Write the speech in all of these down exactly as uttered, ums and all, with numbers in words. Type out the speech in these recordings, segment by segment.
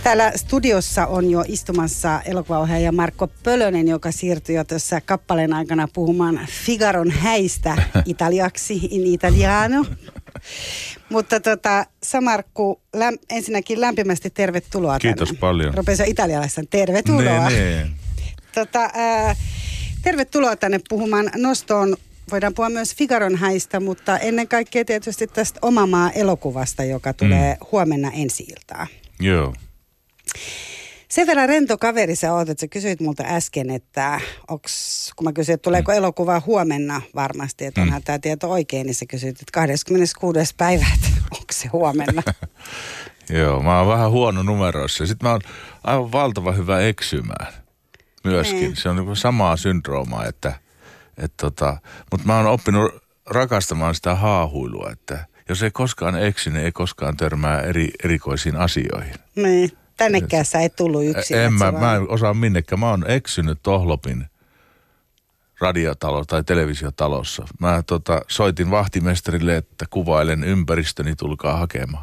Täällä studiossa on jo istumassa elokuvaohjaaja Marco Pölönen, joka siirtyi jo tuossa kappaleen aikana puhumaan Figaron häistä italiaksi, in italiano. Mutta tota, sä Markku, läm, ensinnäkin lämpimästi tervetuloa tänne. Kiitos paljon. Rupesi jo italialaisen tervetuloa. Nee, nee. Tota, ää, tervetuloa tänne puhumaan nostoon. Voidaan puhua myös Figaron häistä, mutta ennen kaikkea tietysti tästä Oma maa-elokuvasta, joka tulee mm. huomenna ensi-iltaan. Joo. Sen verran rento kaveri sä oot, että sä kysyit multa äsken, että onks, kun mä kysyin, että tuleeko mm. elokuva huomenna varmasti, että onhan mm. tämä tieto oikein, niin sä kysyit, että kahdeskymmeneskuudes päivä, että onko se huomenna? Joo, mä oon vähän huono numeroissa. Sitten mä oon aivan valtavan hyvä eksymään myöskin. Niin. Se on niin kuin samaa syndroomaa, että, että tota, mutta mä oon oppinut rakastamaan sitä haahuilua, että jos ei koskaan eksy, niin ei koskaan törmää eri, erikoisiin asioihin. Niin. Tännekään sä et tullut yksin. En mä, mä en osaa minnekään. Mä oon eksynyt Tohlopin radiotalo- tai televisiotalossa. Mä tota, soitin vahtimestarille, että kuvailen ympäristöni, tulkaa hakemaan.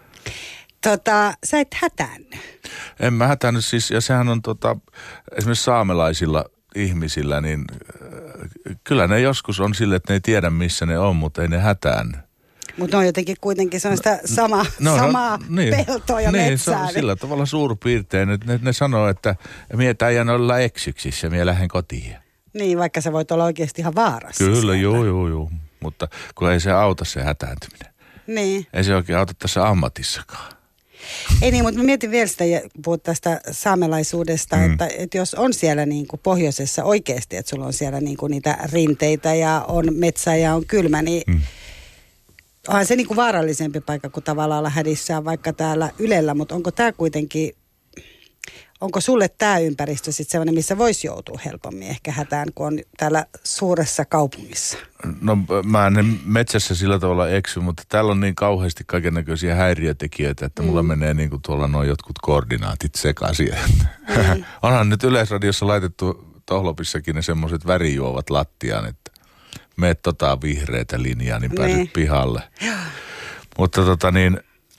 Tota, sä et hätäänny. En mä hätäänny siis, ja sehän on tota, esimerkiksi saamelaisilla ihmisillä, niin äh, kyllä ne joskus on sille, että ne ei tiedä missä ne on, mutta ei ne hätäänny. Mutta ne on jotenkin kuitenkin sellaista sama, no, samaa no, niin, peltoa ja niin, metsää. Se on sillä tavalla suurpiirtein, että ne, ne sanoo, että mie taian olla eksyksissä ja mie lähden kotiin. Niin, vaikka sä voit olla oikeasti ihan vaarassa. Kyllä, joo, joo, joo. Mutta kun ei se auta se hätääntyminen. Niin. Ei se oikein auta tässä ammatissakaan. Ei niin, mutta mä mietin vielä sitä, puhut tästä saamelaisuudesta, mm. että, että jos on siellä niin kuin pohjoisessa oikeasti, että sulla on siellä niin kuin niitä rinteitä ja on metsä ja on kylmä, niin mm. onhan se niin kuin vaarallisempi paikka kuin tavallaan olla hädissään vaikka täällä Ylellä, mutta onko tämä kuitenkin, onko sulle tämä ympäristö sitten sellainen, missä voisi joutua helpommin ehkä hätään, kun on täällä suuressa kaupungissa? No mä en metsässä sillä tavalla eksy, mutta täällä on niin kauheasti kaikennäköisiä häiriötekijöitä, että mulla mm. menee niin kuin tuolla noin jotkut koordinaatit sekaisin. Mm. Onhan nyt Yleisradiossa laitettu Tohlopissakin ne semmoiset värijuovat lattiaan, että meet tota vihreätä linjaa, niin pääset niin pihalle. Mutta tota niin,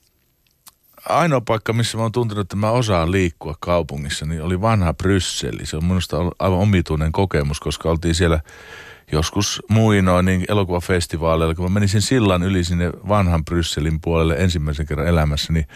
ainoa paikka, missä mä oon tuntunut, että mä osaan liikkua kaupungissa, niin oli vanha Brysseli. Se on minusta aivan omituinen kokemus, koska oltiin siellä joskus muinoin niin elokuvafestivaaleilla. Kun mä menisin sillan yli sinne vanhan Brysselin puolelle ensimmäisen kerran elämässä, niin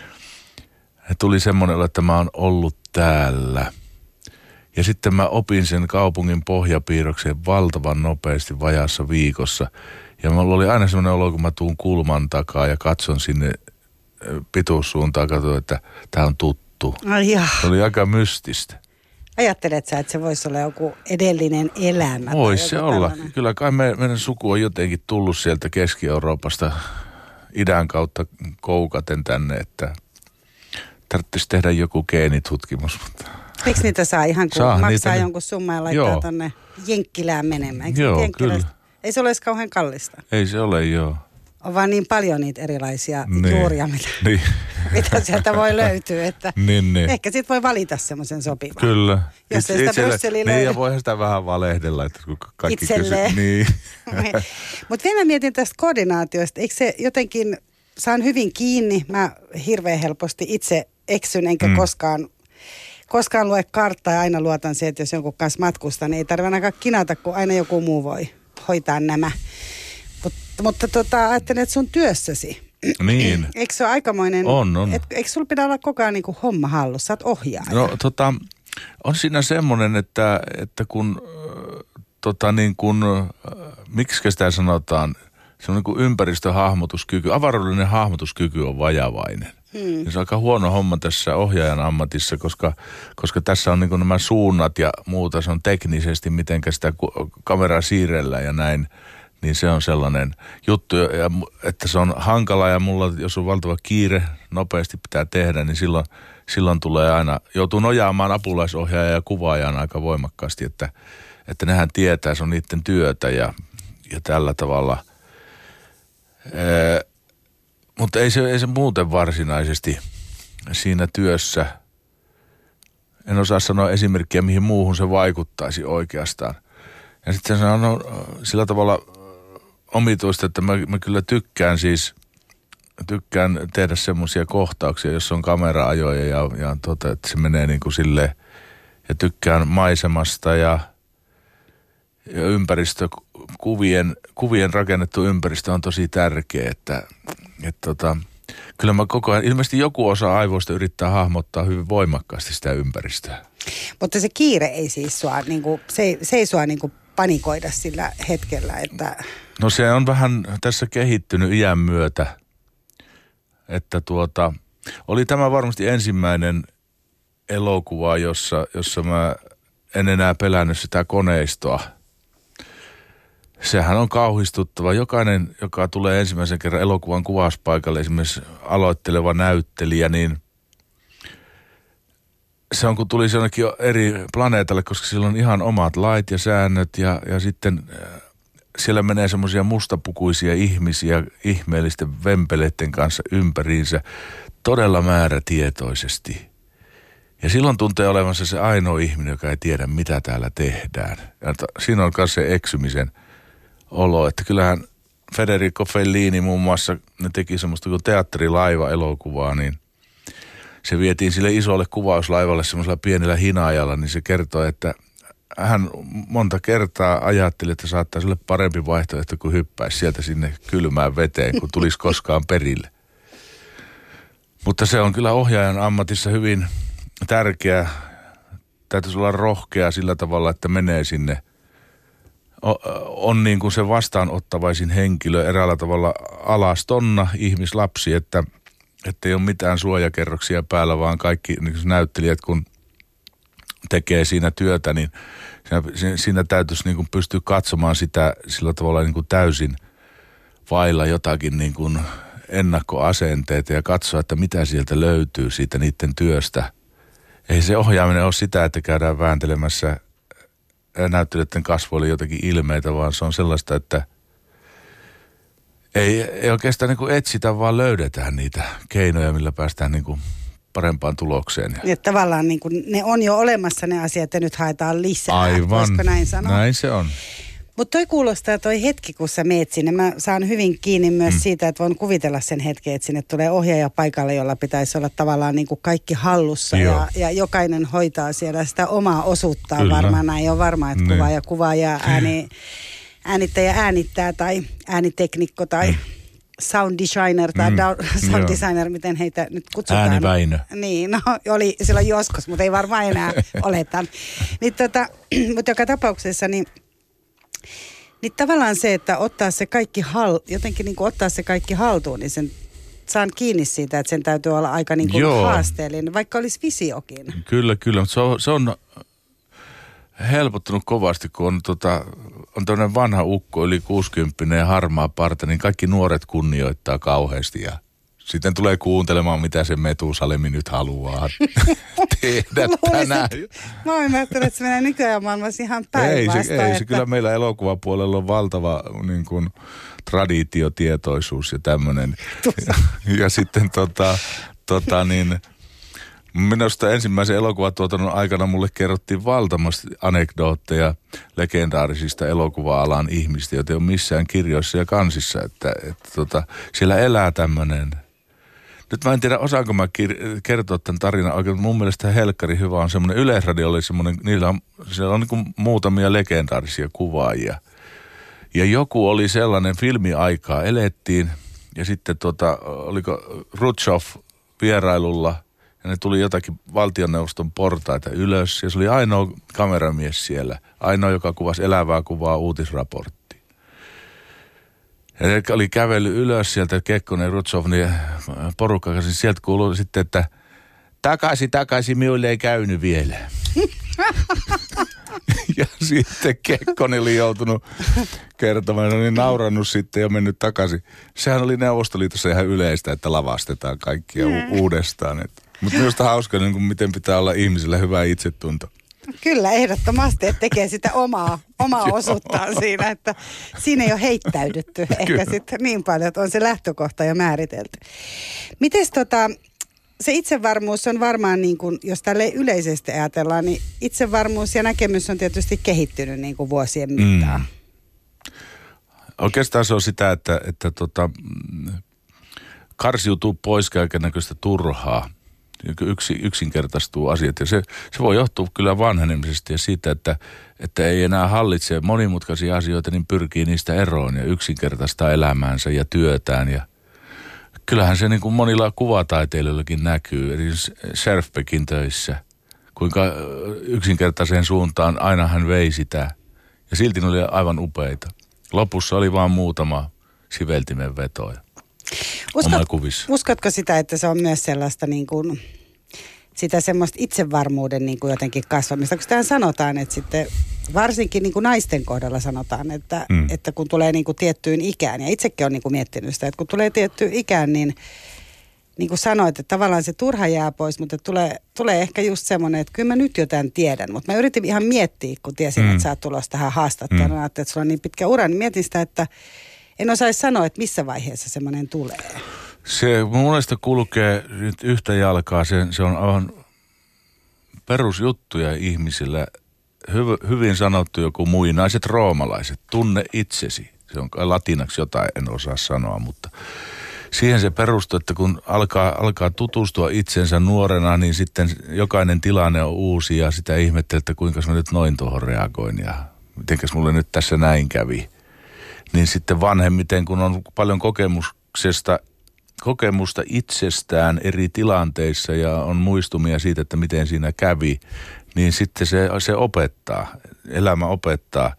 tuli semmoinen, että mä oon ollut täällä. Ja sitten mä opin sen kaupungin pohjapiirrokseen valtavan nopeasti vajaassa viikossa. Ja mulla oli aina semmoinen olo, kun mä tuun kulman takaa ja katson sinne pituussuuntaan, katsoin, että tää on tuttu. Ai jaa. Se oli aika mystistä. Ajattelet sä, että se voisi olla joku edellinen elämä? Voisi se olla. Tällainen. Kyllä kai me, meidän suku on jotenkin tullut sieltä Keski-Euroopasta idän kautta koukaten tänne, että tarvitsisi tehdä joku geenitutkimus, mutta eikö niitä saa ihan kun saa maksaa niitä jonkun summan ja laittaa joo tonne Jenkkilään menemään? Eikö joo, kyllä. Ei se ole edes kauhean kallista. Ei se ole, joo. On vaan niin paljon niitä erilaisia niin juuria, mitä, niin. mitä sieltä voi löytyä, että niin, niin. ehkä sit voi valita semmoisen sopivan. Kyllä. Jos ei sitä Brysseliä löydy. Niin, ja voihan sitä vähän valehdella, että kun kaikki itselleen. Kysyy. Niin. Mutta vielä mä mietin tästä koordinaatiosta. Eikö se jotenkin, saan hyvin kiinni, mä hirveän helposti itse eksyn, enkä mm. koskaan koskaan lue karttaa ja aina luotan siihen, että jos jonkun kanssa matkustan, niin ei tarvitse ainakaan kinata, kun aina joku muu voi hoitaa nämä. Mut, mutta tota, ajattelen, että sun työssäsi. Niin. Eikö se ole aikamoinen? On, on. Et, eikö sulla pidä olla koko ajan niin kuin homma hallussa? Sä oot ohjaaja. No tota, on siinä semmoinen, että, että kun äh, tota niin kuin, äh, miksi sitä sanotaan, se on niin kuin ympäristöhahmotuskyky, avaruudellinen hahmotuskyky on vajavainen. Hmm. Se on aika huono homma tässä ohjaajan ammatissa, koska, koska tässä on niin kuin nämä suunnat ja muuta, se on teknisesti, miten sitä kameraa siirrellään ja näin, niin se on sellainen juttu, ja, että se on hankala ja mulla, jos on valtava kiire, nopeasti pitää tehdä, niin silloin, silloin tulee aina, joutuu nojaamaan apulaisohjaajan ja kuvaajan aika voimakkaasti, että, että nehän tietää, se on niiden työtä ja, ja tällä tavalla. Ee, Mutta ei se, ei se muuten varsinaisesti siinä työssä, en osaa sanoa esimerkkiä, mihin muuhun se vaikuttaisi oikeastaan. Ja sitten se on sillä tavalla omituista, että mä, mä kyllä tykkään siis tykkään tehdä semmoisia kohtauksia, jossa on kamera-ajoja ja, ja tota, että se menee niin kuin silleen. Ja tykkään maisemasta ja, ja ympäristö, kuvien, kuvien rakennettu ympäristö on tosi tärkeä, että, että tota, kyllä mä koko ajan, ilmeisesti joku osa aivoista yrittää hahmottaa hyvin voimakkaasti sitä ympäristöä. Mutta se kiire ei siis sua, niin kuin, se, ei, se ei sua niin kuin panikoida sillä hetkellä, että... No se on vähän tässä kehittynyt iän myötä, että tuota, oli tämä varmasti ensimmäinen elokuva, jossa, jossa mä en enää pelännyt sitä koneistoa. Sehän on kauhistuttava. Jokainen, joka tulee ensimmäisen kerran elokuvan kuvauspaikalle, esimerkiksi aloitteleva näyttelijä, niin se on kun tulisi jonnekin eri planeetalle, koska sillä on ihan omat lait ja säännöt ja, ja sitten siellä menee semmoisia mustapukuisia ihmisiä ihmeellisten vempeleiden kanssa ympäriinsä todella määrätietoisesti. Ja silloin tuntee olevansa se ainoa ihminen, joka ei tiedä, mitä täällä tehdään. Ja t- siinä on myös se eksymisen olo, että kyllähän Federico Fellini muun muassa, ne teki semmoista kuin teatterilaiva-elokuvaa, niin se vietiin sille isolle kuvauslaivalle semmoisella pienellä hinaajalla, niin se kertoo, että hän monta kertaa ajatteli, että saattaisi olla parempi vaihtoehto, kuin hyppäisi sieltä sinne kylmään veteen, kun tulisi koskaan perille. Mutta se on kyllä ohjaajan ammatissa hyvin tärkeä. Täytyisi olla rohkea sillä tavalla, että menee sinne. On niin kuin se vastaanottavaisin henkilö eräällä tavalla alastonna ihmislapsi, että ei ole mitään suojakerroksia päällä, vaan kaikki niin näyttelijät, kun tekee siinä työtä, niin siinä, siinä täytyisi niin kuin pystyä katsomaan sitä sillä tavalla niin kuin täysin vailla jotakin niin kuin ennakkoasenteita ja katsoa, että mitä sieltä löytyy siitä niiden työstä. Ei se ohjaaminen ole sitä, että käydään vääntelemässä näyttelijöiden kasvoille jotakin ilmeitä, vaan se on sellaista, että ei, ei oikeastaan niin kuin etsitä, vaan löydetään niitä keinoja, millä päästään niin kuin parempaan tulokseen. Ja tavallaan niin kuin ne on jo olemassa ne asiat ja nyt haetaan lisää. Aivan, voisiko näin sanoa? Näin se on. Mutta toi kuulostaa toi hetki, kun sä meet sinne. Mä saan hyvin kiinni myös mm. siitä, että voin kuvitella sen hetken, että sinne tulee ohjaaja paikalle, jolla pitäisi olla tavallaan niin kuin kaikki hallussa. Ja, ja jokainen hoitaa siellä sitä omaa osuuttaan. Kyllä. Varmaan näin ei ole varmaa, että kuvaa ja kuvaa ja ääni, äänittäjä äänittää tai ääniteknikko tai... Mm. Sound designer tai mm, sound designer, miten heitä nyt kutsutaan. Ääni Väinö. Niin, no oli silloin joskus, mutta ei varmaan enää oletan. Niin tota, mutta joka tapauksessa, niin, niin tavallaan se, että ottaa se kaikki hal, jotenkin niin kuin ottaa se kaikki haltuun, niin sen saan kiinni siitä, että sen täytyy olla aika niin kuin haasteellinen, vaikka olisi visiokin. Kyllä, kyllä, mutta se on, se on helpottunut kovasti, kun on, tota, on tämmöinen vanha ukko, yli kuusikymppinen ja harmaa parta, niin kaikki nuoret kunnioittaa kauheasti ja sitten tulee kuuntelemaan, mitä se Metusalemi nyt haluaa tehdä tänään. Mä oon ymmärtänyt, että se menee nykyään maailmassa ihan päinvastoin. Ei, se, ei että... se kyllä meillä elokuvapuolella on valtava niin kuin, traditiotietoisuus ja tämmöinen. Ja, ja sitten tota, tota niin... Minusta ensimmäisen elokuvatuotannon aikana mulle kerrottiin valtavasti anekdootteja legendaarisista elokuva-alan ihmistä, joita ei ole missään kirjoissa ja kansissa, että, että tota, siellä elää tämmöinen. Nyt mä en tiedä, osaanko mä kir- kertoa tämän tarinan oikein, mun mielestä Helkkari Hyvä on semmoinen, Yleisradio oli semmoinen, niillä on, siellä on niin kuin muutamia legendaarisia kuvaajia. Ja joku oli sellainen, filmiaikaa elettiin ja sitten tota, oliko Rutschov vierailulla, ja ne tuli jotakin valtioneuvoston portaita ylös, ja se oli ainoa kameramies siellä. Ainoa, joka kuvasi elävää kuvaa uutisraporttiin. Ja ne oli kävellyt ylös sieltä Kekkonen ja Rutschov, niin porukka kanssa. Sieltä kuului sitten, että takaisin, takaisin, minulle ei käynyt vielä. Ja sitten Kekkonen oli joutunut kertomaan, oli naurannut sitten ja mennyt takaisin. Sehän oli Neuvostoliitossa ihan yleistä, että lavastetaan kaikkia u- uudestaan. Mutta minusta hauska, niin kuin miten pitää olla ihmisillä hyvä itsetunto. Kyllä, ehdottomasti, että tekee sitä omaa, omaa osuuttaan siinä, että siinä ei ole heittäydytty ehkä sitten niin paljon, että on se lähtökohta jo määritelty. Mites tota... Se itsevarmuus on varmaan, niin kuin, jos tälleen yleisesti ajatellaan, niin itsevarmuus ja näkemys on tietysti kehittynyt niin kuin vuosien mittaan. Mm. Oikeastaan se on sitä, että, että tota, karsiutuu pois kaikennäköistä turhaa. Yksi, yksinkertaistuu asiat ja se, se voi johtua kyllä vanhenemisesta ja siitä, että, että ei enää hallitse monimutkaisia asioita, niin pyrkii niistä eroon ja yksinkertaistaa elämäänsä ja työtään. Ja kyllähän se niin kuin monilla kuvataiteilijoillakin näkyy, eli Scherfbeckin töissä, kuinka yksinkertaiseen suuntaan aina hän vei sitä ja silti ne oli aivan upeita. Lopussa oli vaan muutama siveltimen vetoja. Uskot, uskotko sitä, että se on myös sellaista niin kuin, sitä semmoista itsevarmuuden niin kuin jotenkin kasvamista? Kun sitähän sanotaan, että sitten varsinkin niin kuin naisten kohdalla sanotaan, että, mm. että kun tulee niin kuin tiettyyn ikään, ja itsekin olen niin kuin miettinyt sitä, että kun tulee tiettyyn ikään, niin niin kuin sanoit, että tavallaan se turha jää pois, mutta tulee, tulee ehkä just semmoinen, että kyllä mä nyt jotain tiedän, mutta mä yritin ihan miettiä, kun tiesin, mm. että sä oot tulossa tähän haastatteluun, mm. että sulla on niin pitkä ura, niin mietin sitä, että en osaisi sanoa, että missä vaiheessa semmoinen tulee. Se mun mielestä kulkee nyt yhtä jalkaa. Se, se on aivan perusjuttuja ihmisillä. Hyv, hyvin sanottu joku muinaiset roomalaiset. Tunne itsesi. Se on latinaksi jotain, en osaa sanoa, mutta siihen se perustuu, että kun alkaa, alkaa tutustua itsensä nuorena, niin sitten jokainen tilanne on uusi ja sitä ihmettelee, että kuinka mä nyt noin tuohon reagoin ja mitenkäs mulle nyt tässä näin kävi. Niin sitten vanhemmiten, kun on paljon kokemuksesta, kokemusta itsestään eri tilanteissa ja on muistumia siitä, että miten siinä kävi, niin sitten se, se opettaa, elämä opettaa.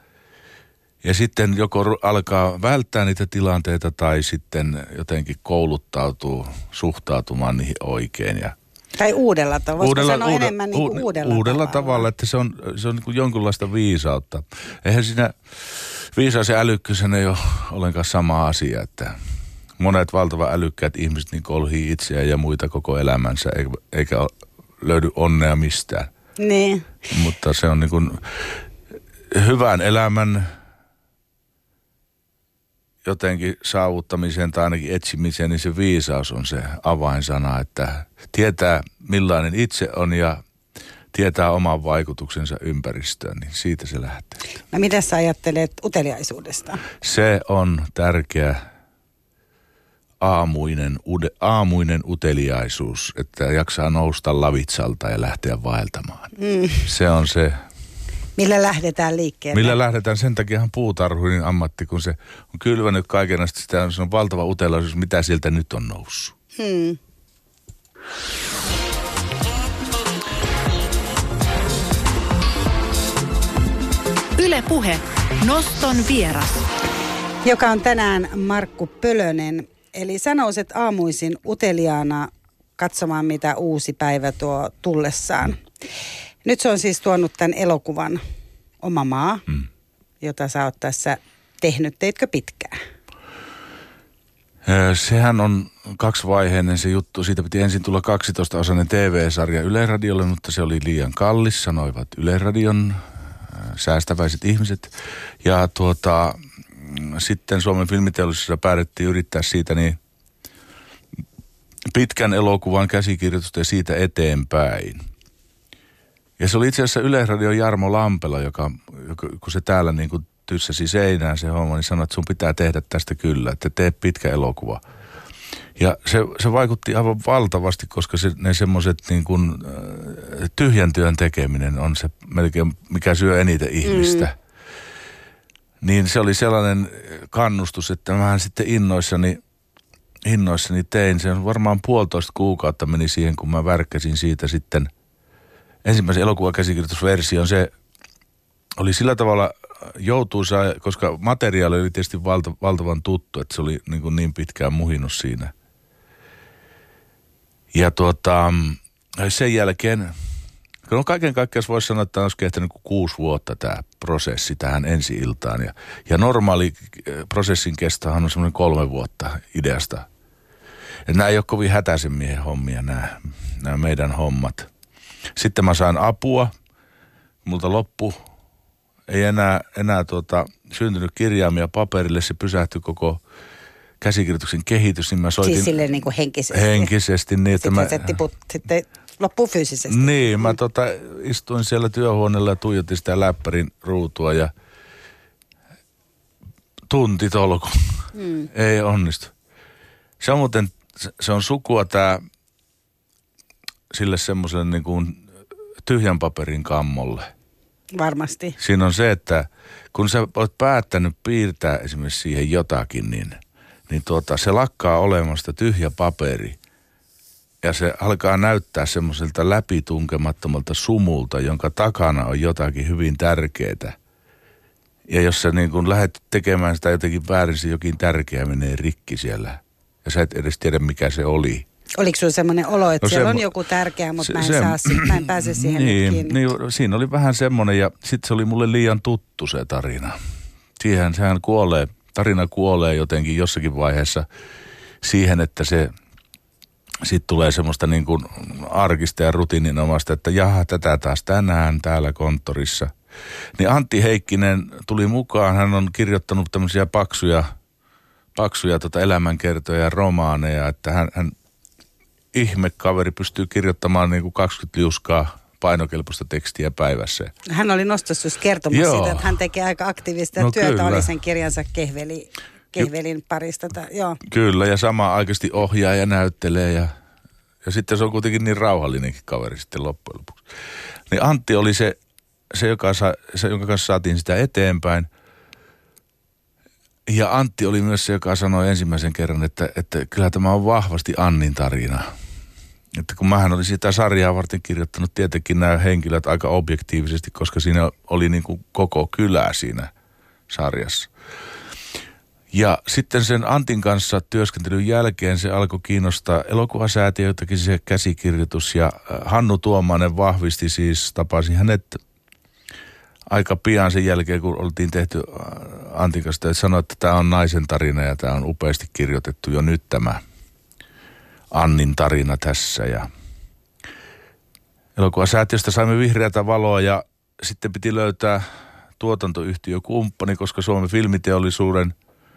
Ja sitten joko alkaa välttää niitä tilanteita tai sitten jotenkin kouluttautuu suhtautumaan niihin oikein. Ja tai uudella tavalla, voisiko uudella, sanoa uudella, enemmän niin kuin uudella, uudella tavalla. tavalla, että se on, se on niin kuin jonkunlaista viisautta. Eihän siinä viisaus ja älykkyys ei ole ollenkaan sama asia, että monet valtavan älykkäät ihmiset niin kolhii itseään ja muita koko elämänsä, eikä löydy onnea mistään. Niin. Mutta se on niin kuin hyvän elämän jotenkin saavuttamiseen tai ainakin etsimiseen, niin se viisaus on se avainsana, että tietää millainen itse on ja tietää oman vaikutuksensa ympäristöön, niin siitä se lähtee. No mitä sä ajattelet uteliaisuudesta? Se on tärkeä aamuinen, ude, aamuinen uteliaisuus, että jaksaa nousta lavitsalta ja lähteä vaeltamaan. Mm. Se on se. Millä lähdetään liikkeelle? Millä lähdetään, sen takiahan puutarhurin ammatti, kun se on kylvänyt kaikenlaista, sitä se on valtava uteliaisuus, mitä sieltä nyt on noussut. Hmm. Yle Puhe, Noston vieras. Joka on tänään Markku Pölönen. Eli sä nouset aamuisin uteliaana katsomaan, mitä uusi päivä tuo tullessaan. Nyt se on siis tuonut tämän elokuvan Oma maa, mm. jota sä oot tässä tehnyt. Teitkö pitkään? Sehän on kaksivaiheinen se juttu. Siitä piti ensin tulla kaksitoista-osainen T V-sarja Yleradiolle, mutta se oli liian kallis, sanoivat Yleradion säästäväiset ihmiset. Ja tuota, sitten Suomen filmiteollisuudessa päätettiin yrittää siitä niin pitkän elokuvan käsikirjoitusta ja siitä eteenpäin. Ja se oli itse asiassa Yleisradion Jarmo Lampela, joka, joka kun se täällä niin kuin tyssäsi seinään se homma, niin sanoi, että sun pitää tehdä tästä kyllä, että tee pitkä elokuva. Ja se, se vaikutti aivan valtavasti, koska se, ne semmoiset niin kuin äh, tyhjän työn tekeminen on se melkein, mikä syö eniten ihmistä. Mm. Niin se oli sellainen kannustus, että mähän sitten innoissani, innoissani tein. Se on varmaan puolitoista kuukautta meni siihen, kun mä värkkäsin siitä sitten ensimmäisen elokuvakäsikirjoitusversion. Se oli sillä tavalla joutuisa, koska materiaali oli tietysti valta, valtavan tuttu, että se oli niin, kuin niin pitkään muhinut siinä. Ja tuota, sen jälkeen, no kaiken kaikkiaan voisi sanoa, että olisi kehtänyt kuusi vuotta tämä prosessi tähän ensi-iltaan. Ja, ja normaali prosessin kestohan on semmoinen kolme vuotta ideasta. Et nämä ei ole kovin hätäisen miehen hommia, nämä, nämä meidän hommat. Sitten mä sain apua, multa loppu, ei enää, enää tuota, syntynyt kirjaimia paperille, se pysähtyi koko käsikirjoituksen kehitys, niin mä soitin. Siis silleen niin kuin henkisesti. Henkisesti. Niin, että sitten mä, se tiput, sitten loppuu fyysisesti. Niin, mä tota, istuin siellä työhuoneella ja tuijotin sitä läppärin ruutua ja tunti tolku. Mm. Ei onnistu. Se on muuten se, se on sukua tää sille semmoiselle niin kuin tyhjän paperin kammolle. Varmasti. Siinä on se, että kun sä olet päättänyt piirtää esimerkiksi siihen jotakin, niin, niin tuota, se lakkaa olemasta tyhjä paperi. Ja se alkaa näyttää semmoiselta läpitunkemattomalta sumulta, jonka takana on jotakin hyvin tärkeää. Ja jos sä niin kun lähdet tekemään sitä jotenkin väärin, se jokin tärkeä menee rikki siellä. Ja sä et edes tiedä, mikä se oli. Oliko sulla semmoinen olo, että no siellä semmo- on joku tärkeä, mutta se, mä en, se, saa, mä en pääse siihen niin, kiinni? niin, siinä oli vähän semmoinen ja sitten se oli mulle liian tuttu se tarina. Siihen sehän kuolee, tarina kuolee jotenkin jossakin vaiheessa siihen, että se sitten tulee semmoista niin kuin arkista ja rutiininomasta, että jaha, tätä taas tänään täällä konttorissa. Niin Antti Heikkinen tuli mukaan, hän on kirjoittanut tämmöisiä paksuja, paksuja tota elämänkertoja ja romaaneja, että hän, hän ihmekaveri pystyy kirjoittamaan niin kuin kaksikymmentä liuskaa painokelpoista tekstiä päivässä. Hän oli nostossa kertomus Joo. siitä, että hän tekee aika aktiivista No työtä, kyllä. oli sen kirjansa kehveli, kehvelin parista. Ta, joo. Kyllä, ja sama aikaisesti ohjaa ja näyttelee ja, ja sitten se on kuitenkin niin rauhallinenkin kaveri sitten loppujen lopuksi. Niin Antti oli se, se, joka sa, se jonka kanssa saatiin sitä eteenpäin. Ja Antti oli myös se, joka sanoi ensimmäisen kerran, että, että kyllä tämä on vahvasti Annin tarina. Että kun mähän olin sitä sarjaa varten kirjoittanut tietenkin nämä henkilöt aika objektiivisesti, koska siinä oli niin kuin koko kylä siinä sarjassa. Ja sitten sen Antin kanssa työskentelyn jälkeen se alkoi kiinnostaa elokuvasäätiöitäkin se käsikirjoitus. Ja Hannu Tuomainen vahvisti siis, tapasin hänet aika pian sen jälkeen, kun oltiin tehty Antin kanssa, että sanoi, että tämä on naisen tarina ja tämä on upeasti kirjoitettu jo nyt tämä Annin tarina tässä. Ja elokuvasäätiöstä saimme vihreätä valoa ja sitten piti löytää tuotantoyhtiökumppani, koska Suomen filmiteollisuuden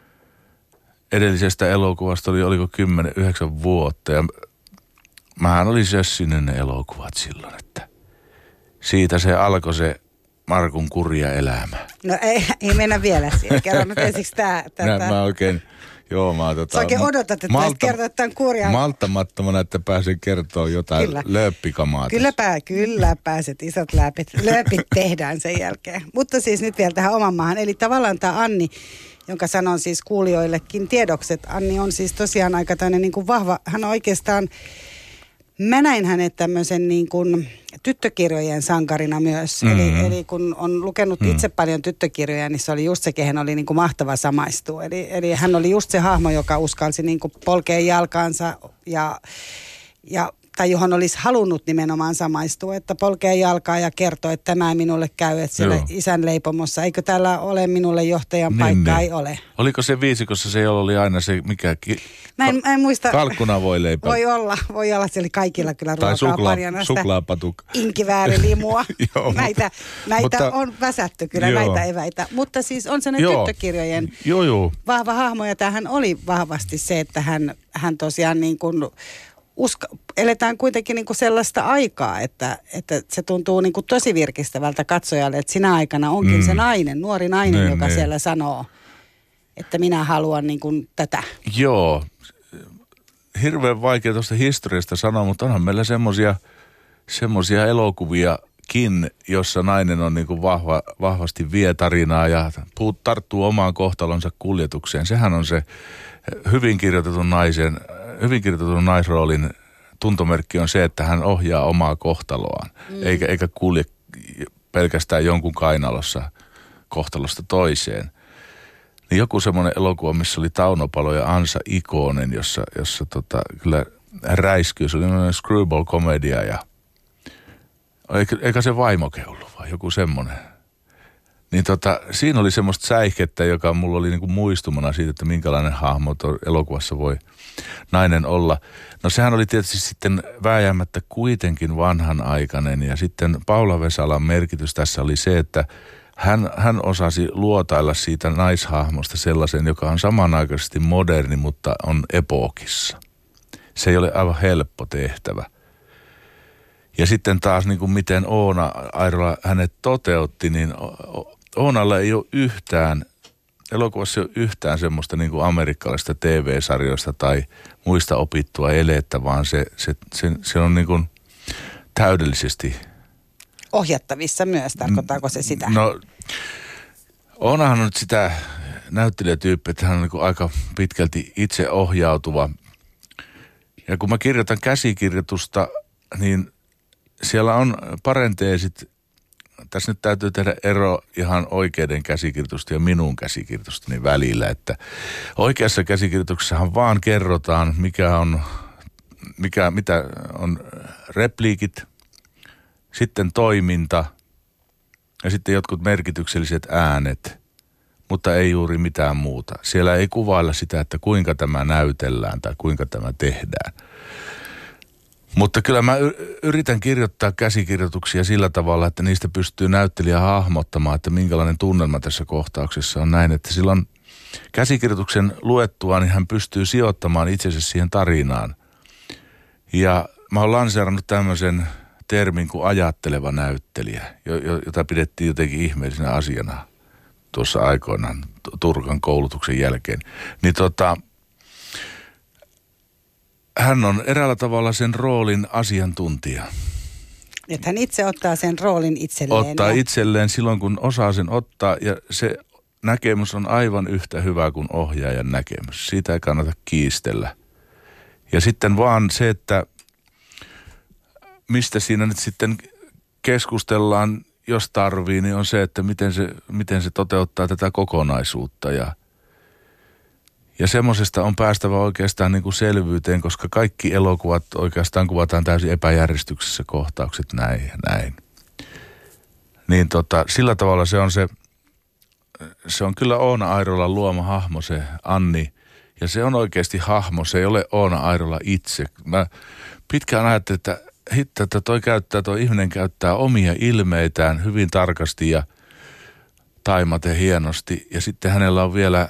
edellisestä elokuvasta oli, oliko kymmenen, yhdeksän vuotta. Ja mähän olin sössinyt ne elokuvat silloin, että siitä se alkoi se Markun kurja elämä. No ei, ei mennä vielä siihen. Kerro nyt ensiksi tää. Tätä. Mä, mä oikein, joo mä tota... Sä oikein odotat, että malta, kertoa tämän kurjan. Malttamattomana, että pääsen kertoa jotain kyllä. lööppikamaa. Kyllä, pää, kyllä pääset, isot läpit. Lööpit tehdään sen jälkeen. Mutta siis nyt vielä tähän oman maahan. Eli tavallaan tämä Anni, jonka sanon siis kuulijoillekin tiedoksi, että Anni on siis tosiaan aika tämmöinen niin kuin vahva, hän on oikeastaan, mä näin hänet tämmöisen niin kuin tyttökirjojen sankarina myös. Mm. Eli, eli kun on lukenut itse mm. paljon tyttökirjoja, niin se oli just se, kehen oli niin kuin mahtava samaistua. Eli, eli hän oli just se hahmo, joka uskalsi niin kuin polkea jalkaansa ja, ja tai johon olisi halunnut nimenomaan samaistua, että polkee jalkaa ja kertoo, että tämä ei minulle käy, että siellä Joo. isän leipomossa, eikö täällä ole minulle johtajan paikka, ei ole. Oliko se viisikossa se, jolla oli aina se, mikä ki- mä en, mä en muista. Kalkkuna voi leipä. Voi olla, voi olla, siellä kaikilla kyllä ruokaa suklaa, paljon. suklaapatukka. Inkiväärilimua. Joo, näitä näitä mutta, on väsätty kyllä, joo. näitä eväitä. Mutta siis on se ne joo. tyttökirjojen joo, joo. vahva hahmo, ja tämähän oli vahvasti se, että hän, hän tosiaan niin kuin Uska, eletään kuitenkin niin kuin sellaista aikaa, että, että se tuntuu niin kuin tosi virkistävältä katsojalle, että sinä aikana onkin mm. se nainen, nuori nainen, ne, joka ne. siellä sanoo, että minä haluan niin kuin tätä. Joo, hirveän vaikea tuosta historiasta sanoa, mutta onhan meillä semmoisia semmoisia elokuviakin, jossa nainen on niin kuin vahva, vahvasti vie tarinaa ja puut, tarttuu omaan kohtalonsa kuljetukseen. Sehän on se hyvin kirjoitetun naisen... Hyvin kirjoitetun naisroolin tuntomerkki on se, että hän ohjaa omaa kohtaloaan, mm. eikä, eikä kulje pelkästään jonkun kainalossa kohtalosta toiseen. Niin joku semmoinen elokuva, missä oli Tauno Palo ja Ansa Ikonen, jossa, jossa tota, kyllä räiskyy. Se oli semmoinen screwball-komedia ja eikä, eikä se vaimoke ollut vai joku semmoinen. Niin tota, siinä oli semmoista säihkettä, joka mulla oli niinku muistumana siitä, että minkälainen hahmo elokuvassa voi nainen olla. No sehän oli tietysti sitten vääjäämättä kuitenkin vanhanaikainen, ja sitten Paula Vesalan merkitys tässä oli se, että hän, hän osasi luotailla siitä naishahmosta sellaisen, joka on samanaikaisesti moderni, mutta on epookissa. Se ei ole aivan helppo tehtävä. Ja sitten taas niin kuin miten Oona Airola hänet toteutti, niin Oonalla ei ole yhtään elokuvassa ei ole yhtään semmoista niin kuin amerikkalaista T V-sarjoista tai muista opittua elettä, vaan se, se, se, se on niin kuin täydellisesti ohjattavissa myös, tarkoittaako se sitä? No, onhan nyt sitä näyttelijätyyppiä, että hän on niin kuin aika pitkälti itse ohjautuva. Ja kun mä kirjoitan käsikirjoitusta, niin siellä on parenteesit. Tässä nyt täytyy tehdä ero ihan oikeiden käsikirjoitusten ja minun käsikirjoitusteni välillä, että oikeassa käsikirjoituksessahan vaan kerrotaan, mikä on, mikä, mitä on repliikit, sitten toiminta ja sitten jotkut merkitykselliset äänet, mutta ei juuri mitään muuta. Siellä ei kuvailla sitä, että kuinka tämä näytellään tai kuinka tämä tehdään. Mutta kyllä mä yritän kirjoittaa käsikirjoituksia sillä tavalla, että niistä pystyy näyttelijä hahmottamaan, että minkälainen tunnelma tässä kohtauksessa on näin, että silloin käsikirjoituksen luettua, niin hän pystyy sijoittamaan itsensä siihen tarinaan. Ja mä oon lanseerannut tämmöisen termin kuin ajatteleva näyttelijä, jota pidettiin jotenkin ihmeellisenä asiana tuossa aikoinaan Turkan koulutuksen jälkeen. Niin tota... Hän on eräällä tavalla sen roolin asiantuntija. Että hän itse ottaa sen roolin itselleen. Ottaa ja... itselleen silloin, kun osaa sen ottaa. Ja se näkemys on aivan yhtä hyvä kuin ohjaajan näkemys. Siitä ei kannata kiistellä. Ja sitten vaan se, että mistä siinä nyt sitten keskustellaan, jos tarvii, niin on se, että miten se, miten se toteuttaa tätä kokonaisuutta. Ja Ja semmoisesta on päästävä oikeastaan niin kuin selvyyteen, koska kaikki elokuvat oikeastaan kuvataan täysin epäjärjestyksessä kohtaukset näin ja näin. Niin tota, sillä tavalla se on se, se on kyllä Oona Airolan luoma hahmo se Anni. Ja se on oikeasti hahmo, se ei ole Oona Airola itse. Mä pitkään ajattelin, että hitto, että toi käyttää, toi ihminen käyttää omia ilmeitään hyvin tarkasti ja taimaten hienosti. Ja sitten hänellä on vielä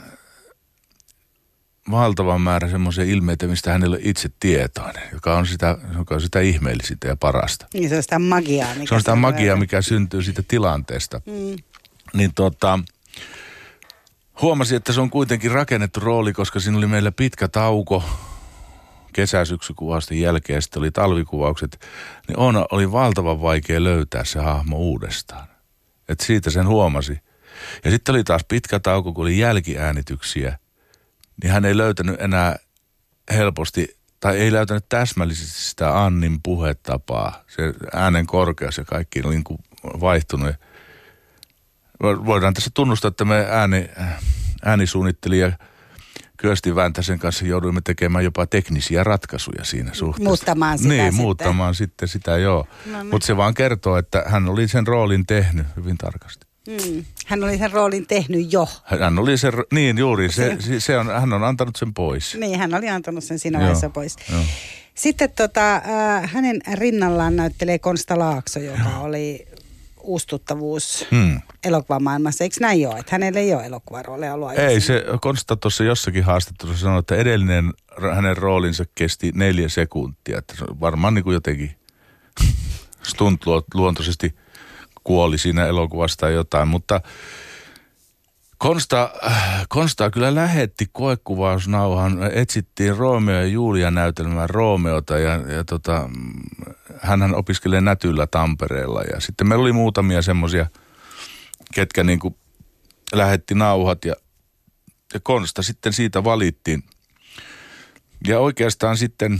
valtavan määrä semmoisia ilmeitä, mistä hänellä on itse tietoinen, joka on sitä, joka on sitä ihmeellisintä ja parasta. Niin se on sitä magiaa. Mikä se on sitä magiaa, mikä syntyy siitä tilanteesta. Mm. Niin tota, huomasin, että se on kuitenkin rakennettu rooli, koska siinä oli meillä pitkä tauko kesä-syksykuvausten jälkeen ja sitten oli talvikuvaukset. Niin on, oli valtavan vaikea löytää se hahmo uudestaan. Että siitä sen huomasi. Ja sitten oli taas pitkä tauko, kun oli jälkiäänityksiä. Niin hän ei löytänyt enää helposti, tai ei löytänyt täsmällisesti sitä Annin puhetapaa. Se äänen korkeus ja kaikki oli niin kuin vaihtunut. Voidaan tässä tunnustaa, että me ääni, äänisuunnittelija Kyösti Väntäsen kanssa jouduimme tekemään jopa teknisiä ratkaisuja siinä suhteessa. Muuttamaan sitä Niin, sitten. muuttamaan sitten sitä, joo. No, Mutta se vaan kertoo, että hän oli sen roolin tehnyt hyvin tarkasti. Mm. Hän oli sen roolin tehnyt jo. Hän oli sen, niin juuri, se, se on, hän on antanut sen pois. Niin, hän oli antanut sen siinä vaiheessa pois. Jo. Sitten tota, äh, hänen rinnallaan näyttelee Konsta Laakso, joka Joo. oli uustuttavuus hmm. elokuvamaailmassa. Eikö näin ole, että hänellä ei ole elokuvarooleja ollut aikaisemmin? Ei, se Konsta tuossa jossakin haastattelussa sanoi, että edellinen hänen roolinsa kesti neljä sekuntia. Että varmaan niin kuin jotenkin stunt-luontoisesti kuoli siinä elokuvassa tai jotain, mutta Konsta, Konsta kyllä lähetti koekuvausnauhan. Etsittiin Romeo ja Julia näytelmää Romeota ja, ja tota, hänhän opiskelee Nätyllä Tampereella. Ja sitten meillä oli muutamia semmoisia, ketkä niinku lähetti nauhat ja, ja Konsta sitten siitä valittiin. Ja oikeastaan sitten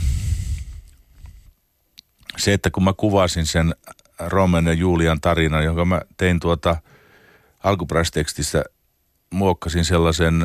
se, että kun mä kuvasin sen Romeon ja Julian tarinan, jonka mä tein tuota alkuperäistekstissä, muokkasin sellaisen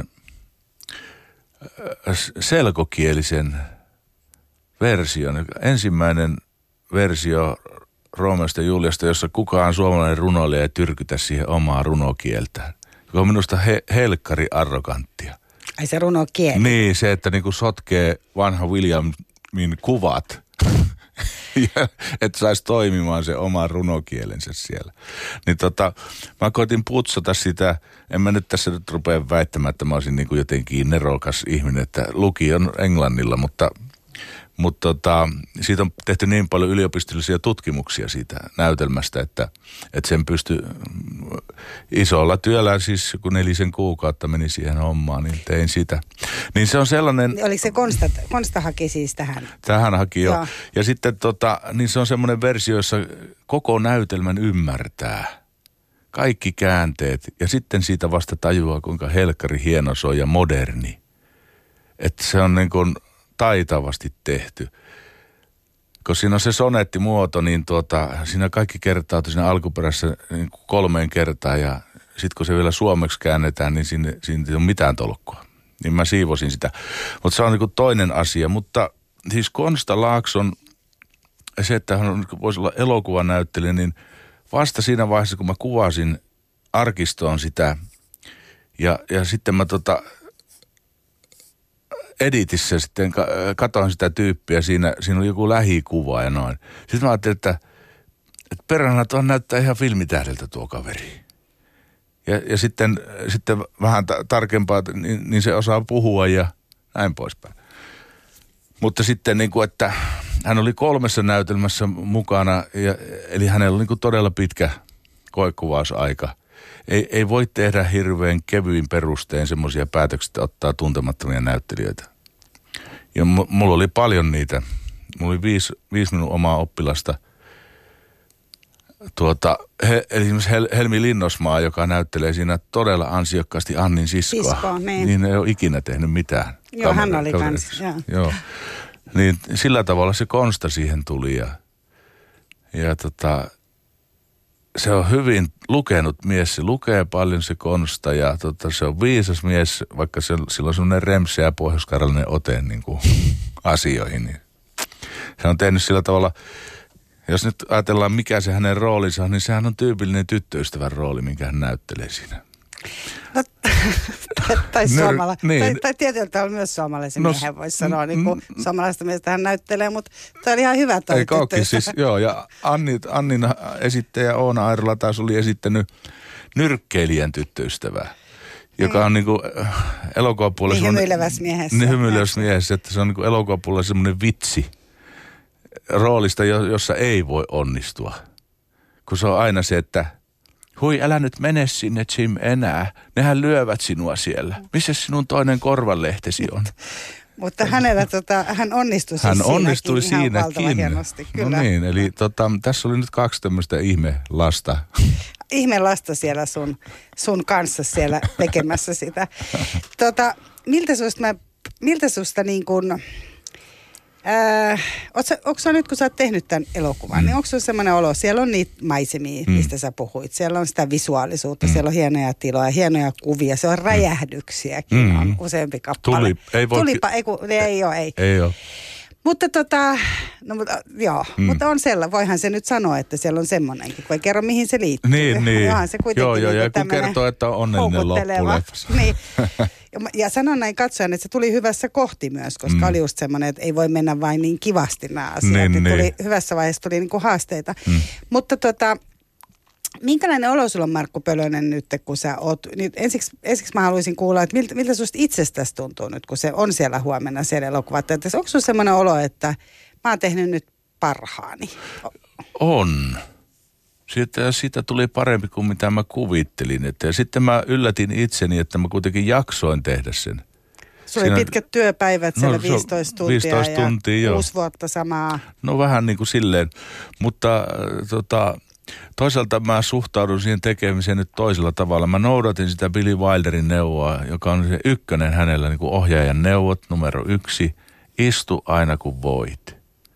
selkokielisen version. Ensimmäinen versio Romeosta ja Juliasta, jossa kukaan suomalainen runoilija ei tyrkytä siihen omaa runokieltään. Joka on minusta he, helkkari arroganttia. Ai se runokieli? Niin, se, että niinku sotkee vanha Williamin kuvat. Ja, että saisi toimimaan se oma runokielensä siellä. Niin tota, mä koitin putsata sitä, en mä nyt tässä nyt rupea väittämään, että mä olisin niin kuin jotenkin nerokas ihminen, että luki on englannilla, mutta Mutta tota, siitä on tehty niin paljon yliopistollisia tutkimuksia siitä näytelmästä, että, että sen pystyi isolla työllä, siis kun nelisen kuukautta meni siihen hommaan, niin tein sitä. Niin se on sellainen... Oliko se Konsta, Konsta haki siis tähän? Tähän haki jo. Joo. Ja sitten tota, niin se on semmoinen versio, jossa koko näytelmän ymmärtää. Kaikki käänteet. Ja sitten siitä vasta tajuaa, kuinka helkkari hieno se on ja moderni. Että se on niin kuin taitavasti tehty. Kun siinä on se sonettimuoto, niin tuota, siinä kaikki kertautuu siinä alkuperässä niin kuin kolmeen kertaan. Ja sitten kun se vielä suomeksi käännetään, niin siinä, siinä ei ole mitään tolkkua. Niin mä siivosin sitä. Mutta se on niin kuin toinen asia. Mutta siis Konsta Laakson, se, että hän voisi olla elokuvanäyttelijä, niin vasta siinä vaiheessa, kun mä kuvasin arkistoon sitä, ja, ja sitten mä tota, editissä sitten katoin sitä tyyppiä, siinä, siinä oli joku lähikuva ja noin. Sitten mä ajattelin, että, että perhana tuo näyttää ihan filmitähdeltä tuo kaveri. Ja, ja sitten, sitten vähän ta- tarkempaa, niin, niin se osaa puhua ja näin poispäin. Mutta sitten niin kuin, että hän oli kolmessa näytelmässä mukana, ja, eli hänellä oli niin kuin todella pitkä koekuvausaika. Ei, ei voi tehdä hirveän kevyin perustein semmoisia päätöksiä, että ottaa tuntemattomia näyttelijöitä. Ja m- mulla oli paljon niitä. Mulla oli viisi, viisi minun omaa oppilasta. Tuota, he, eli esimerkiksi Hel- Helmi Linnosmaa, joka näyttelee siinä todella ansiokkaasti Annin siskoa. Sisko, niin. Niin ei ole ikinä tehnyt mitään. Joo, hän oli kans, joo. Joo. Niin sillä tavalla se Konsta siihen tuli ja, ja tota, se on hyvin lukenut mies, se lukee paljon se Konsta ja tota, se on viisas mies, vaikka se, sillä on semmoinen remseä pohjoiskarjalainen ote niin kuin asioihin. Niin. Se on tehnyt sillä tavalla, jos nyt ajatellaan mikä se hänen roolinsa on, niin sehän on tyypillinen tyttöystävän rooli, minkä hän näyttelee siinä. No, tai, suomala, niin. tai, tai tietyllä tavalla myös suomalaisen no, miehen voisi sanoa, niin kuin mm, suomalaista miestä hän näyttelee, mutta tämä oli ihan hyvä toi ei kauki, siis, joo, ja Anni, Annin esittäjä Oona Airola taas oli esittänyt nyrkkeilijän tyttöystävää, joka on niinku elokuvapuolella... Niin hymyilevässä miehessä. Niin hymyilevässä miehessä, että se on niinku elokuvapuolella semmoinen vitsi roolista, jossa ei voi onnistua. Kun se on aina se, että hui, älä nyt mene sinne, Jim, enää. Nehän lyövät sinua siellä. Missä sinun toinen korvanlehtesi on? Mutta hänellä, tota, hän onnistui siis hän onnistui siinäkin. siinäkin. Hienosti, kyllä. No niin, eli tota, tässä oli nyt kaksi tämmöistä ihme-lasta. Ihme-lasta siellä sun, sun kanssa siellä tekemässä sitä. Tota, miltä susta, mä, miltä susta niin kuin... Äh, onko sä nyt, kun sä oot tehnyt tämän elokuvan, mm. niin onko sulla semmoinen olo, siellä on niitä maisemia, mm. mistä sä puhuit, siellä on sitä visuaalisuutta, mm. siellä on hienoja tiloja, hienoja kuvia, se on räjähdyksiäkin, mm. on useampi kappale. Tuli, ei voi... Tulipa, ei, kun, ei ole, ei. Ei ole. Mutta tota, no mutta joo, mm. mutta on sellainen, voihan se nyt sanoa, että siellä on semmoinenkin, kun ei kerro mihin se liittyy. Niin, niin. Johan se kuitenkin joo, joo, niin ja kun kertoo, että on onnellinen loppuleffassa. Niin. Ja, ja sanon näin katsoen, että se tuli hyvässä kohti myös, koska mm. oli just semmoinen, että ei voi mennä vain niin kivasti nämä asiat. Niin, niin. Tuli, hyvässä vaiheessa tuli niin kuin haasteita. Mm. Mutta tota... Minkälainen olo sulla on, Markku Pölönen, nyt, kun sä oot... Nyt ensiksi, ensiksi mä haluaisin kuulla, että miltä, miltä susta itsestäsi tuntuu nyt, kun se on siellä huomenna siellä elokuvateatterissa. Onko sulla semmoinen olo, että mä oon tehnyt nyt parhaani? On. Siitä, siitä tuli parempi kuin mitä mä kuvittelin. Että, ja sitten mä yllätin itseni, että mä kuitenkin jaksoin tehdä sen. Sulla oli pitkät työpäivät siellä, no, viisitoista tuntia viisitoista tuntia, ja jo. kuusi vuotta samaa. No vähän niin kuin silleen, mutta äh, tota... Toisaalta mä suhtaudun siihen tekemiseen nyt toisella tavalla. Mä noudatin sitä Billy Wilderin neuvoa, joka on se ykkönen hänellä, niin kuin ohjaajan neuvot, numero yksi. Istu aina kun voit.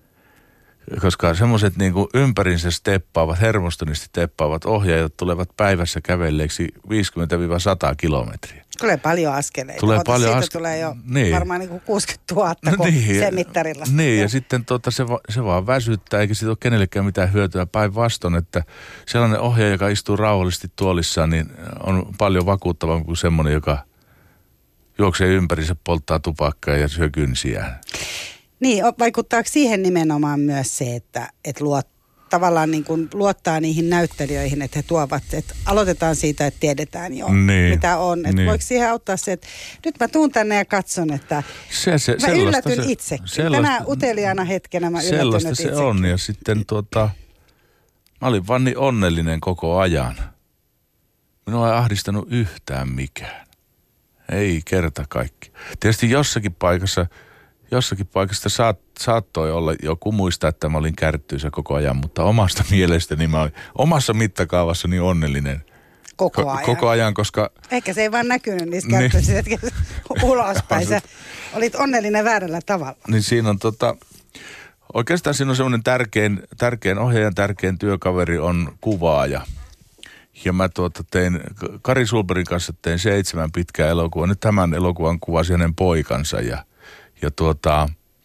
Koska semmoiset niin kuin ympärinsä steppaavat, hermostunisesti steppaavat ohjaajat tulevat päivässä kävelleeksi viisikymmentä sata kilometriä. Tulee paljon askeleita. Tulee Ota, paljon siitä aske- tulee jo niin. varmaan niin kuin kuusikymmentätuhatta, kun niin, se mittarilla. Niin, ja, ja sitten tota, se, va, se vaan väsyttää, eikä siitä ole kenellekään mitään hyötyä päinvastoin, että sellainen ohjaaja, joka istuu rauhallisesti tuolissaan, niin on paljon vakuuttavampi kuin semmoinen, joka juoksee ympärinsä, polttaa tupakkaa ja syö kynsiään. Niin, vaikuttaako siihen nimenomaan myös se, että et luot tavallaan niin kuin luottaa niihin näyttelijöihin, että he tuovat, että aloitetaan siitä, että tiedetään jo, niin, mitä on. Että niin. voiko siihen auttaa se, että nyt mä tuun tänne ja katson, että se, se, mä yllätyn se, itsekin. sellaista, Tänä uteliaana hetkenä mä yllätyn sellaista itsekin. se on ja sitten tuota, mä olin vaan niin onnellinen koko ajan. Minua ei ahdistanut yhtään mikään. Ei kerta kaikki. Tietysti jossakin paikassa, jossakin paikassa saat, saattoi olla joku muistaa, että mä olin kärttyisä koko ajan, mutta omasta mielestäni mä olin omassa mittakaavassani onnellinen. Koko ajan. Koko ajan, koska... Ehkä se ei vaan näkynyt niissä kärttyisissä hetkessä ulospäin. Sä olit onnellinen väärällä tavalla. Niin siinä on tota... Oikeastaan siinä on semmoinen tärkein, tärkein ohjaajan tärkein työkaveri on kuvaaja. Ja mä tuota tein, Kari Sulberin kanssa tein seitsemän pitkää elokuvaa. Nyt tämän elokuvan kuvasi hänen poikansa. Ja, ja tuota,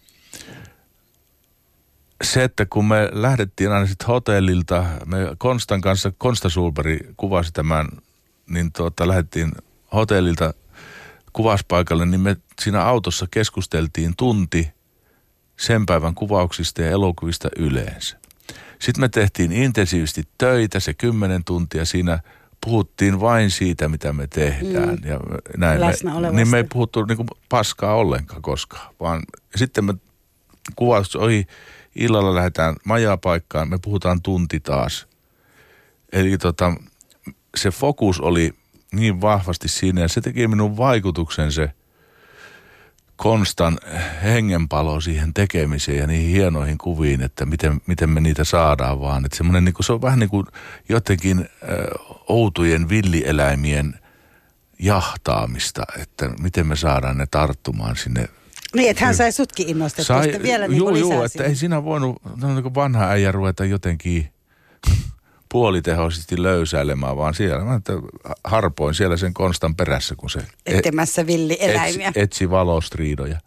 se, että kun me lähdettiin aina sitten hotellilta, me Konstan kanssa, Konsta Sulberi kuvasi tämän, niin tuota, lähdettiin hotellilta kuvauspaikalle, niin me siinä autossa keskusteltiin tunti sen päivän kuvauksista ja elokuvista yleensä. Sitten me tehtiin intensiivisesti töitä, se kymmenen tuntia. Siinä puhuttiin vain siitä, mitä me tehdään. Mm. Ja näin me, niin me ei puhuttu niin kuin paskaa ollenkaan koskaan. Vaan sitten me kuvaus ohi, illalla lähdetään majapaikkaan, me puhutaan tunti taas. Eli tota, se fokus oli niin vahvasti siinä ja se teki minun vaikutuksen se Konstan hengenpalo siihen tekemiseen ja niihin hienoihin kuviin, että miten, miten me niitä saadaan vaan. Että semmoinen, niin kuin, se on vähän niin kuin jotenkin äh, outojen villieläimien jahtaamista, että miten me saadaan ne tarttumaan sinne. Niin, että hän sai sutkin innostettua sai, vielä niin kuin Joo, lisää joo, että ei siinä voinut no, niin kuin vanha äijä ruveta jotenkin puolitehoisesti löysäilemään, vaan siellä mä että harpoin siellä sen Konstan perässä, kun se etsimässä villieläimiä. Etsi, etsi valostriidoja.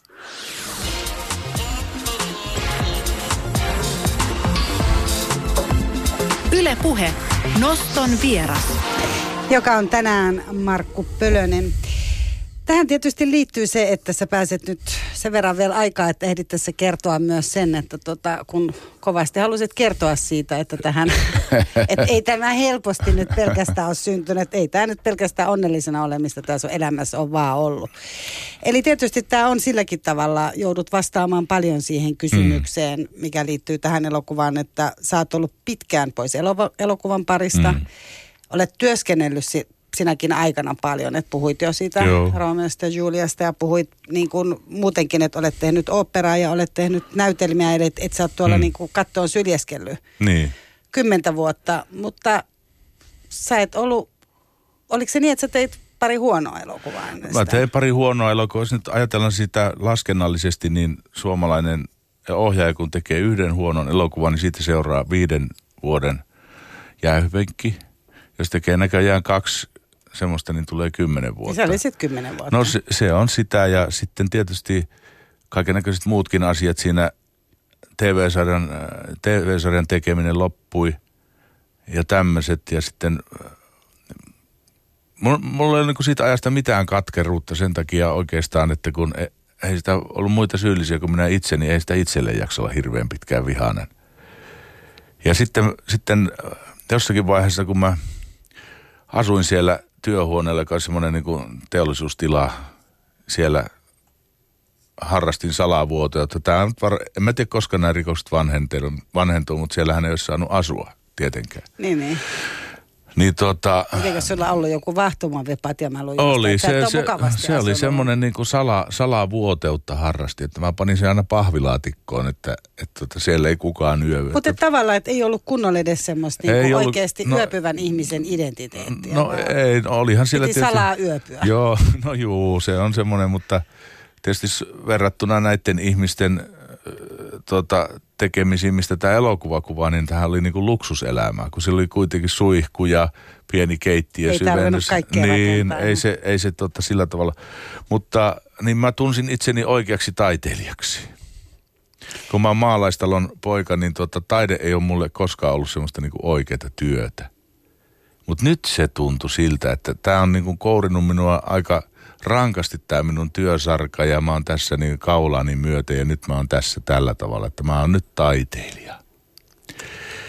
Yle Puhe. Noston vieras. Joka on tänään Markku Pölönen. Tähän tietysti liittyy se, että sä pääset nyt sen verran vielä aikaa, että ehdit tässä kertoa myös sen, että tota, kun kovasti halusit kertoa siitä, että tähän, että ei tämä helposti nyt pelkästään ole syntynyt, että ei tämä nyt pelkästään onnellisena ole, mistä tämä sun elämässä on vaan ollut. Eli tietysti tämä on silläkin tavalla, joudut vastaamaan paljon siihen kysymykseen, mikä liittyy tähän elokuvaan, että sä oot ollut pitkään pois elo- elokuvan parista, mm. olet työskennellyt si- sinäkin aikana paljon, että puhuit jo siitä Romeosta ja Juliasta ja puhuit niin kuin muutenkin, että olet tehnyt oopperaa ja olet tehnyt näytelmiä, että et sä oot tuolla mm. niin kuin kattoon syljeskellyt niin. kymmentä vuotta, mutta sä et ollut, oliko se niin, että sä teit pari huonoa elokuvaa ennen sitä? Mä tein pari huonoa elokuvaa, jos nyt ajatellaan sitä laskennallisesti, niin suomalainen ohjaaja kun tekee yhden huonon elokuvan, niin siitä seuraa viiden vuoden jäähypenkki. Jos tekee näköjään kaksi semmoista, niin tulee kymmenen vuotta. Se oli sitten kymmenen vuotta. No se, se on sitä ja sitten tietysti kaikennäköiset muutkin asiat siinä T V-sarjan, T V-sarjan tekeminen loppui ja tämmöiset. Ja sitten mulla ei ole niin siitä ajasta mitään katkeruutta sen takia oikeastaan, että kun ei sitä ollut muita syyllisiä kuin minä itse, niin ei sitä itselle jaksa olla hirveän pitkään vihainen. Ja sitten, sitten jossakin vaiheessa, kun mä asuin siellä työhuoneella, joka oli semmoinen niin kuin teollisuustila. Siellä harrastin salavuotoja. Tämä on, en mä tiedä, koska nämä rikokset vanhentuu, mutta siellähän ei olisi saanut asua tietenkään. Niin, niin. Niin tota... Mitenkä sulla on ollut joku vahtumavepat ja mä luin oli, just, se, se, se oli semmoinen niin kuin sala, salavuoteutta harrasti, että mä panin sen aina pahvilaatikkoon, että, että, että siellä ei kukaan yövy. Mutta tavallaan, että ei ollut kunnolla edes semmoista niin ollut, oikeasti no, yöpyvän ihmisen identiteettiä. No ei, no, olihan siellä tietysti... salaa yöpyä. Joo, no juu, se on semmoinen, mutta tietysti verrattuna näiden ihmisten tota, tekemisiin, mistä tämä elokuva kuvaa, niin tämähän oli niinku luksuselämää, kun sillä oli kuitenkin suihku ja pieni keittiö. Ei tarvinnut kaikkea niin, rakentaa. ei se, ei se tota, sillä tavalla. Mutta niin mä tunsin itseni oikeaksi taiteilijaksi. Kun mä oon maalaistalon poika, niin tota, taide ei ole mulle koskaan ollut semmoista niinku oikeaa työtä. Mutta nyt se tuntui siltä, että tämä on niinku kourinut minua aika rankasti tämä minun työsarka ja mä oon tässä niin kaulaani myöten ja nyt mä oon tässä tällä tavalla, että mä oon nyt taiteilija.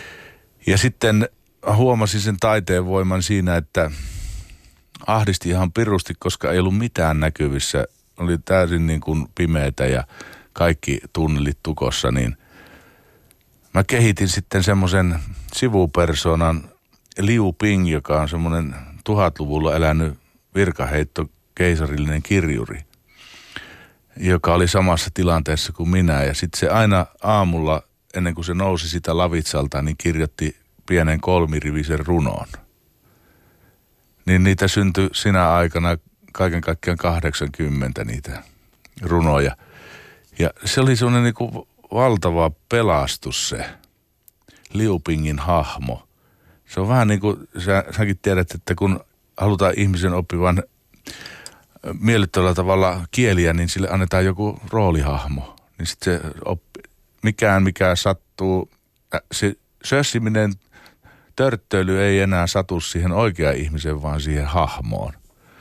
Ja sitten huomasin sen taiteen voiman siinä, että ahdisti ihan pirusti, koska ei ollut mitään näkyvissä. Oli täysin niin kuin pimeätä ja kaikki tunnelit tukossa, niin mä kehitin sitten semmoisen sivupersonan Liu Ping, joka on semmoinen tuhatluvulla elänyt virkaheitto keisarillinen kirjuri, joka oli samassa tilanteessa kuin minä. Ja sitten se aina aamulla, ennen kuin se nousi sitä lavitsalta, niin kirjoitti pienen kolmirivisen runon. Niin niitä syntyi sinä aikana kaiken kaikkiaan kahdeksankymmentä niitä runoja. Ja se oli semmoinen niin kuin valtava pelastus se Liu Pingin hahmo. Se on vähän niin kuin, sä, säkin tiedät, että kun halutaan ihmisen oppivan miellyttävällä tavalla kieliä, niin sille annetaan joku roolihahmo. Niin sitten se oppi, mikään mikä sattuu, se sössiminen, törttöily ei enää satu siihen oikeaan ihmiseen, vaan siihen hahmoon.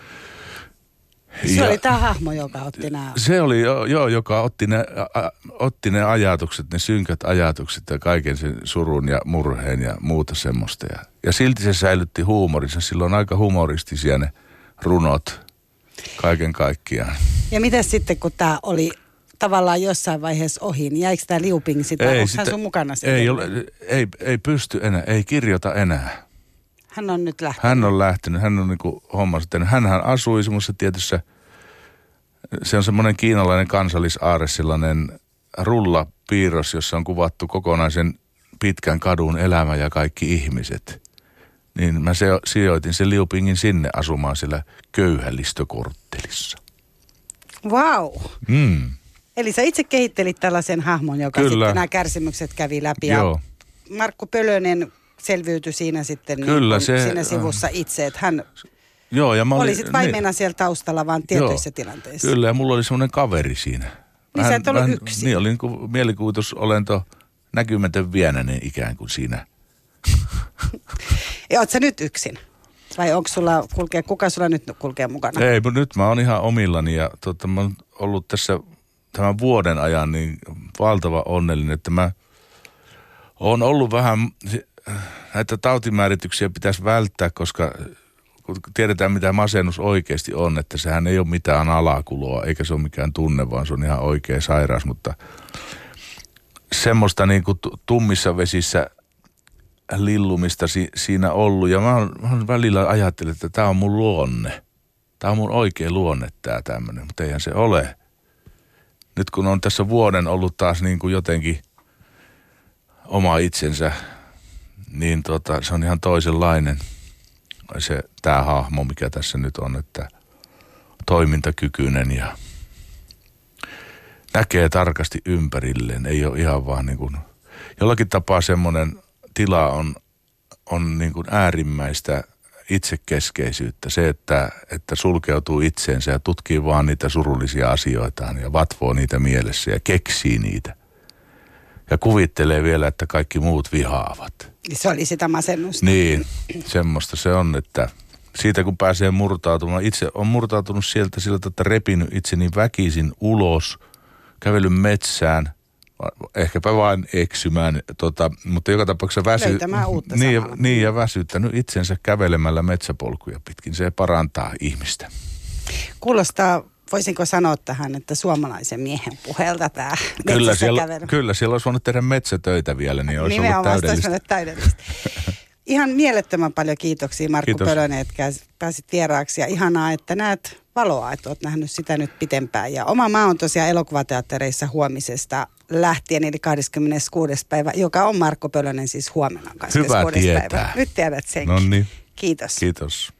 Se ja oli tämä hahmo, joka otti nämä. Se oli jo, joo, joka otti ne, a, otti ne ajatukset, ne synkät ajatukset ja kaiken sen surun ja murheen ja muuta semmoista. Ja, ja silti se säilytti huumorinsa. Silloin aika humoristisia ne runot kaiken kaikkiaan. Ja mitä sitten, kun tämä oli tavallaan jossain vaiheessa ohi, niin jäikö tämä Liu Ping sitä? Onko hän sun mukana sitten? Ei, ole, ei, ei pysty enää, ei kirjoita enää. Hän on nyt lähtenyt. Hän on lähtenyt, hän on niin kuin hommansa tehnyt. Hänhän asui semmoisessa tietyssä, se on semmoinen kiinalainen kansallisaarre, sellainen rullapiirros, jossa on kuvattu kokonaisen pitkän kadun elämä ja kaikki ihmiset. Niin mä se, sijoitin sen Liu Pingin sinne asumaan siellä köyhälistökorttelissa. Vau! Wow. Mm. Eli sä itse kehittelit tällaisen hahmon, joka Kyllä. sitten nämä kärsimykset kävi läpi. Joo. Ja Markku Pölönen selviytyi siinä sitten Kyllä, niin se, siinä sivussa itse, että hän joo, ja mä olin, oli sitten vaimena niin, siellä taustalla vaan tietyissä joo, tilanteissa. Kyllä, ja mulla oli semmoinen kaveri siinä. Niin sä et ollut yksin. Niin, oli niin kuin mielikuvitusolento näkymätön vienäinen ikään kuin siinä. Ja oot sä nyt yksin? Vai onko sulla, kulkee, kuka sulla nyt kulkee mukana? Ei, mutta nyt mä oon ihan omillani ja tota, mä oon ollut tässä tämän vuoden ajan niin valtava onnellinen, että mä oon ollut vähän, näitä tautimäärityksiä pitäisi välttää, koska kun tiedetään mitä masennus oikeasti on, että sehän ei ole mitään alakuloa, eikä se ole mikään tunne, vaan se on ihan oikea sairaus, mutta semmoista niin kuin tummissa vesissä lillumista si- siinä ollut. Ja mä oon, mä oon välillä ajatellut, että tää on mun luonne. Tää on mun oikea luonne tää tämmönen, mutta eihän se ole. Nyt kun on tässä vuoden ollut taas niin kuin jotenkin oma itsensä, niin tota, se on ihan toisenlainen se tää hahmo, mikä tässä nyt on, että toimintakykyinen ja näkee tarkasti ympärilleen. Ei ole ihan vaan niin kuin, jollakin tapaa semmoinen tila on, on niin kuin äärimmäistä itsekeskeisyyttä. Se, että, että sulkeutuu itseensä ja tutkii vaan niitä surullisia asioitaan ja vatvoo niitä mielessä ja keksii niitä. Ja kuvittelee vielä, että kaikki muut vihaavat. Se oli sitä masennusta. Niin, semmoista se on, että siitä kun pääsee murtautumaan. Itse on murtautunut sieltä siltä, että repinyt itseni väkisin ulos, kävellyt metsään, ehkäpä vain eksymään, tota, mutta joka tapauksessa väsy... Löytämään uutta niin, ja, samalla. niin, ja väsyttänyt itsensä kävelemällä metsäpolkuja pitkin. Se parantaa ihmistä. Kuulostaa, voisinko sanoa tähän, että suomalaisen miehen puheelta tämä Kyllä metsässä siellä, kävely. kyllä, siellä olisi voinut tehdä metsätöitä vielä, niin olisi Nimenomaan, ollut täydellistä. olisi täydellistä. Ihan mielettömän paljon kiitoksia Markku Kiitos. Pölönen, että pääsit vieraaksi ja ihanaa, että näet valoa, että olet nähnyt sitä nyt pitempään. Ja oma maa on tosiaan elokuvateattereissa huomisesta lähtien, eli kahdeskymmeneskuudes päivä, joka on Markku Pölönen siis huomenna Hyvä kahdeskymmeneskuudes tietää. päivä. Nyt tiedät senkin. Noniin. Kiitos. Kiitos.